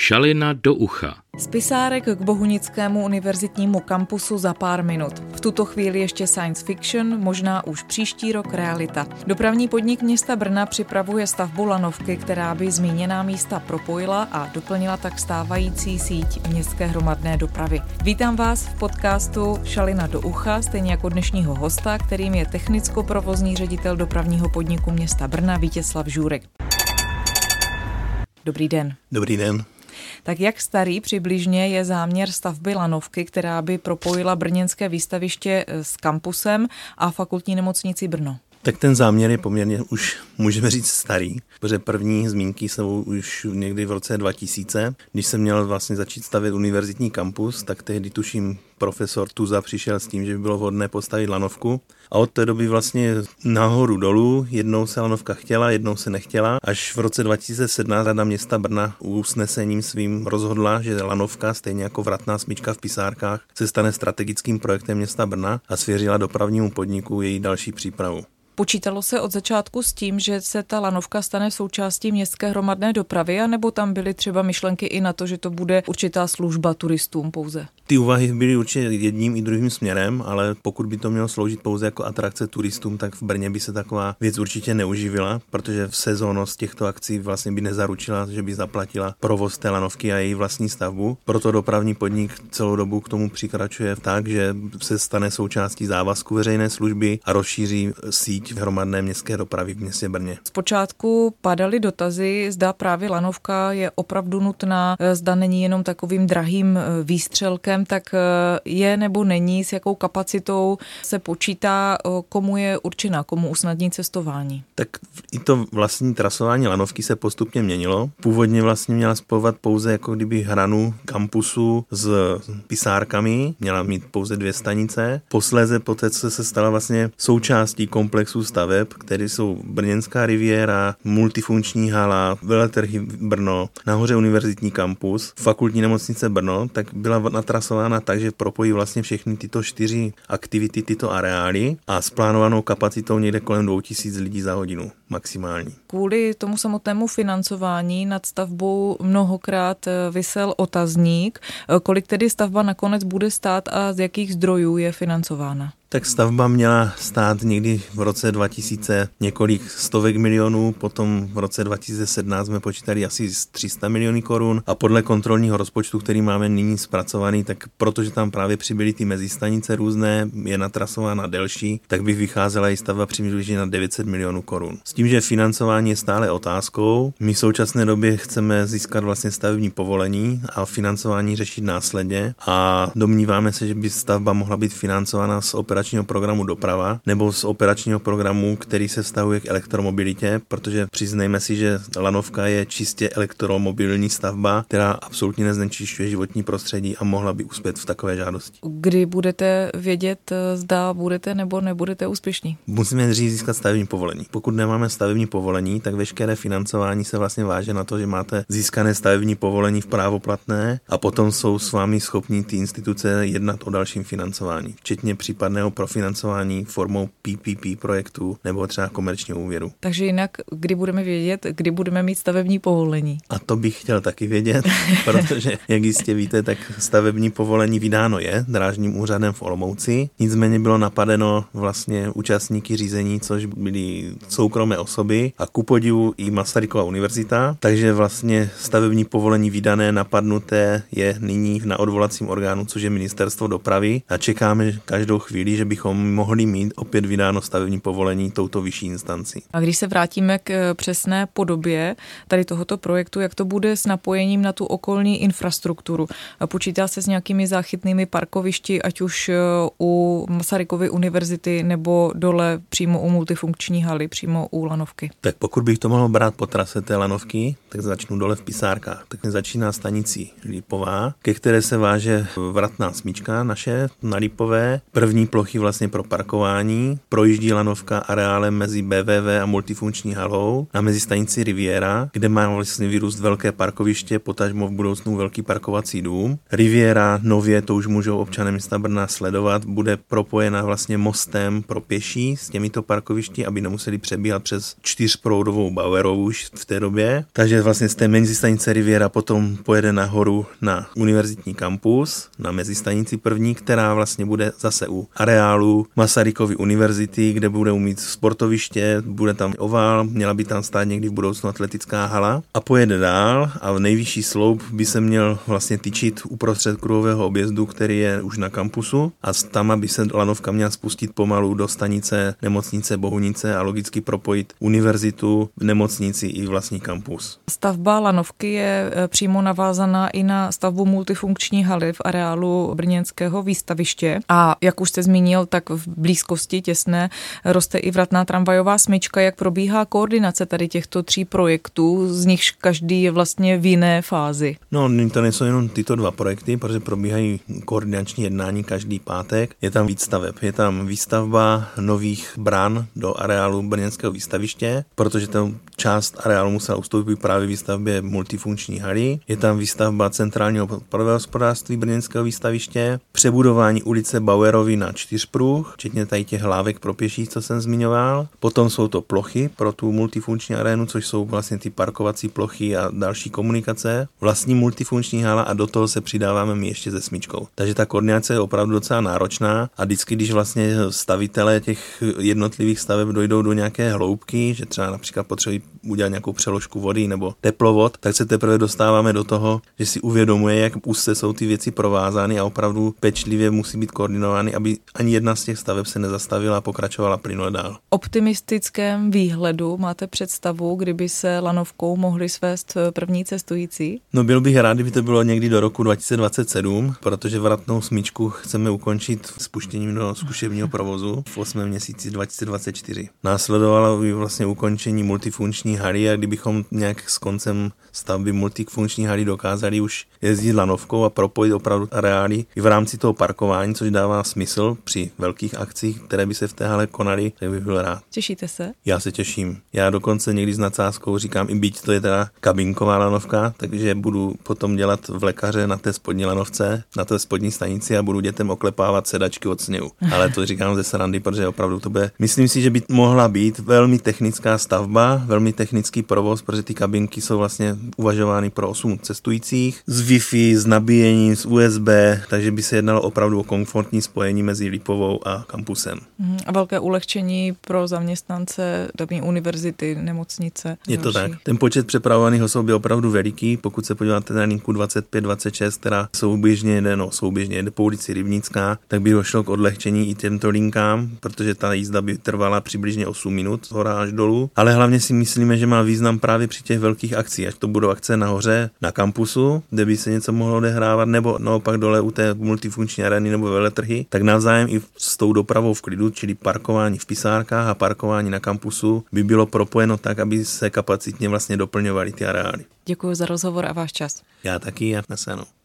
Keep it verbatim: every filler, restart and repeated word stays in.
Šalina do ucha. Z Pisárek k Bohunickému univerzitnímu kampusu za pár minut. V tuto chvíli ještě science fiction, možná už příští rok realita. Dopravní podnik města Brna připravuje stavbu lanovky, která by zmíněná místa propojila a doplnila tak stávající síť městské hromadné dopravy. Vítám vás v podcastu Šalina do ucha, stejně jako dnešního hosta, kterým je technicko-provozní ředitel dopravního podniku města Brna Vítězslav Žůrek. Dobrý den. Dobrý den. Tak jak starý přibližně je záměr stavby lanovky, která by propojila brněnské výstaviště s kampusem a fakultní nemocnici Brno? Tak ten záměr je poměrně už, můžeme říct, starý, protože první zmínky jsou už někdy v roce dva tisíce. Když jsem měl vlastně začít stavět univerzitní kampus, tak tehdy tuším profesor Tuza přišel s tím, že by bylo vhodné postavit lanovku. A od té doby vlastně nahoru dolů, jednou se lanovka chtěla, jednou se nechtěla. Až v roce dva tisíce sedmnáct Rada města Brna usnesením svým rozhodla, že lanovka, stejně jako vratná smyčka v Pisárkách, se stane strategickým projektem města Brna a svěřila dopravnímu podniku její další přípravu. Počítalo se od začátku s tím, že se ta lanovka stane součástí městské hromadné dopravy, anebo tam byly třeba myšlenky i na to, že to bude určitá služba turistům pouze? Ty úvahy byly určitě jedním i druhým směrem, ale pokud by to mělo sloužit pouze jako atrakce turistům, tak v Brně by se taková věc určitě neuživila, protože v sezónnost těchto akcí vlastně by nezaručila, že by zaplatila provoz té lanovky a její vlastní stavbu. Proto dopravní podnik celou dobu k tomu přikračuje tak, že se stane součástí závazku veřejné služby a rozšíří síť v hromadné městské dopravy v městě Brně. Zpočátku padaly dotazy, zda právě lanovka je opravdu nutná, zda není jenom takovým drahým výstřelkem, tak je nebo není, s jakou kapacitou se počítá, komu je určena, komu usnadní cestování. Tak i to vlastní trasování lanovky se postupně měnilo. Původně vlastně měla spojovat pouze jako kdyby hranu kampusu s Pisárkami, měla mít pouze dvě stanice. Posléze poté, co se stala vlastně součástí komplexu staveb, které jsou Brněnská riviéra, multifunkční hala, veletrhy Brno, nahoře univerzitní kampus, fakultní nemocnice Brno, tak byla natrasována tak, že propojí vlastně všechny tyto čtyři aktivity, tyto areály a s plánovanou kapacitou někde kolem dvou tisíc lidí za hodinu maximální. Kvůli tomu samotnému financování nad stavbou mnohokrát visel otazník, kolik tedy stavba nakonec bude stát a z jakých zdrojů je financována? Tak stavba měla stát někdy v roce dva tisíce několik stovek milionů, potom v roce dva tisíce sedmnáct jsme počítali asi tři sta milionů korun a podle kontrolního rozpočtu, který máme nyní zpracovaný, tak protože tam právě přibyly ty mezistanice různé, je natrasována delší, tak by vycházela i stavba přibližně na devět set milionů korun. S tím, že financování je stále otázkou, my v současné době chceme získat vlastně stavební povolení a financování řešit následně a domníváme se, že by stavba mohla být financována z operačního programu doprava nebo z operačního programu, který se vztahuje k elektromobilitě, protože přiznejme si, že lanovka je čistě elektromobilní stavba, která absolutně neznečišťuje životní prostředí a mohla by uspět v takové žádosti. Kdy budete vědět, zda budete nebo nebudete úspěšní? Musíme dřív získat stavební povolení. Pokud nemáme stavební povolení, tak veškeré financování se vlastně váže na to, že máte získané stavební povolení v právoplatné a potom jsou s vámi schopní ty instituce jednat o dalším financování, včetně případného profinancování formou P P P projektu nebo třeba komerčního úvěru. Takže jinak, kdy budeme vědět, kdy budeme mít stavební povolení? A to bych chtěl taky vědět, protože, jak jistě víte, tak stavební povolení vydáno je Drážním úřadem v Olomouci. Nicméně bylo napadeno vlastně účastníky řízení, což byly soukromé osoby a ku podivu i Masarykova univerzita. Takže vlastně stavební povolení vydané, napadnuté je nyní na odvolacím orgánu, což je Ministerstvo dopravy a čekáme každou chvíli, že bychom mohli mít opět vydáno stavební povolení touto vyšší instanci. A když se vrátíme k přesné podobě tady tohoto projektu, jak to bude s napojením na tu okolní infrastrukturu? Počítá se s nějakými záchytnými parkovišti, ať už u Masarykovy univerzity nebo dole přímo u multifunkční haly, přímo u lanovky? Tak pokud bych to mohl brát po trase té lanovky, tak začnu dole v Pisárkách. Tak začíná stanicí Lípová, ke které se váže vratná smyčka naše na Lípové. První plocha plochy vlastně pro parkování. Projíždí lanovka areálem mezi bé vé vé a multifunkční halou na mezistanici Riviera, kde má vlastně vyrůst velké parkoviště, potažmo v budoucnu velký parkovací dům. Riviera nově, to už můžou občané města Brna sledovat, bude propojena vlastně mostem pro pěší s těmito parkovišti, aby nemuseli přebíhat přes čtyřproudovou Bauerovu už v té době. Takže vlastně z té mezistanice Riviera potom pojede nahoru na univerzitní kampus, na mezistanici první, která vlastně bude zase u areálu Masarykovy univerzity, kde bude mít sportoviště, bude tam ovál, měla by tam stát někdy v budoucnu atletická hala a pojede dál a v nejvyšší sloup by se měl vlastně tyčit uprostřed kruhového objezdu, který je už na kampusu a tam by se lanovka měla spustit pomalu do stanice nemocnice Bohunice a logicky propojit univerzitu, nemocnici i vlastní kampus. Stavba lanovky je přímo navázaná i na stavbu multifunkční haly v areálu brněnského výstaviště a jak už jste zmínil, tak v blízkosti těsné roste i vratná tramvajová smyčka. Jak probíhá koordinace tady těchto tří projektů, z nichž každý je vlastně v jiné fázi? No, to nejsou jenom tyto dva projekty, protože probíhají koordinační jednání každý pátek. Je tam víc staveb. Je tam výstavba nových bran do areálu brněnského výstaviště, protože tam část areálu musela ustoupit právě výstavbě multifunkční haly. Je tam výstavba centrálního podporového hospodářství brněnského výstaviště, přebudování ulice Bauerovy na čtyřpruh, včetně tady těch hlávek pro pěší, co jsem zmiňoval. Potom jsou to plochy pro tu multifunkční arénu, což jsou vlastně ty parkovací plochy a další komunikace. Vlastní multifunkční hala a do toho se přidáváme my ještě se smyčkou. Takže ta koordinace je opravdu docela náročná a vždycky, když vlastně stavitelé těch jednotlivých staveb dojdou do nějaké hloubky, že třeba například potřebují udělat nějakou přeložku vody nebo teplovod, tak se teprve dostáváme do toho, že si uvědomuje, jak úzce jsou ty věci provázány a opravdu pečlivě musí být koordinovány, aby ani jedna z těch staveb se nezastavila a pokračovala plynule dál. Optimistickém výhledu máte představu, kdyby se lanovkou mohli svést první cestující? No byl bych rád, kdyby to bylo někdy do roku dva tisíce dvacet sedm, protože vratnou smyčku chceme ukončit spuštěním do zkušebního provozu v osmém měsíci dva tisíce dvacet čtyři. Následovalo by vlastně ukončení multifunkční haly a kdybychom nějak s koncem stavby multifunkční haly dokázali už jezdit lanovkou a propojit opravdu areály i v rámci toho parkování, což dává smysl při velkých akcích, které by se v té hale konaly, tak bych byl rád. Těšíte se? Já se těším. Já dokonce někdy s nadsázkou říkám, i byť to je teda kabinková lanovka, takže budu potom dělat vlekaře na té spodní lanovce, na té spodní stanici a budu dětem oklepávat sedačky od sněhu. Ale to říkám ze srandy, protože opravdu to bude. Myslím si, že by mohla být velmi technická stavba, velmi technický provoz, protože ty kabinky jsou vlastně uvažovány pro osm cestujících, z Wi-Fi, s nabíjením, z U S B, takže by se jednalo opravdu o komfortní spojení mezi Lipovou a kampusem. A velké ulehčení pro zaměstnance davní univerzity, nemocnice. Je to tak. Ten počet přepravovaných osob je opravdu veliký. Pokud se podíváte na linku dvacet pět dvacet šest, která souběžně jede, no souběžně jede po ulici Rybnická, tak by došlo k odlehčení i těmto linkám, protože ta jízda by trvala přibližně osm minut z hora až dolů. Ale hlavně si myslíme, že má význam právě při těch velkých akcích, ať to budou akce nahoře na kampusu, kde by se něco mohlo odehrávat, nebo naopak dole u té multifunkční arény nebo veletrhy, tak navzájem i s tou dopravou v klidu, čili parkování v pisárkách a parkování na kampusu, by bylo propojeno tak, aby se kapacitně vlastně doplňovaly ty areály. Děkuji za rozhovor a váš čas. Já taky a nasledanou.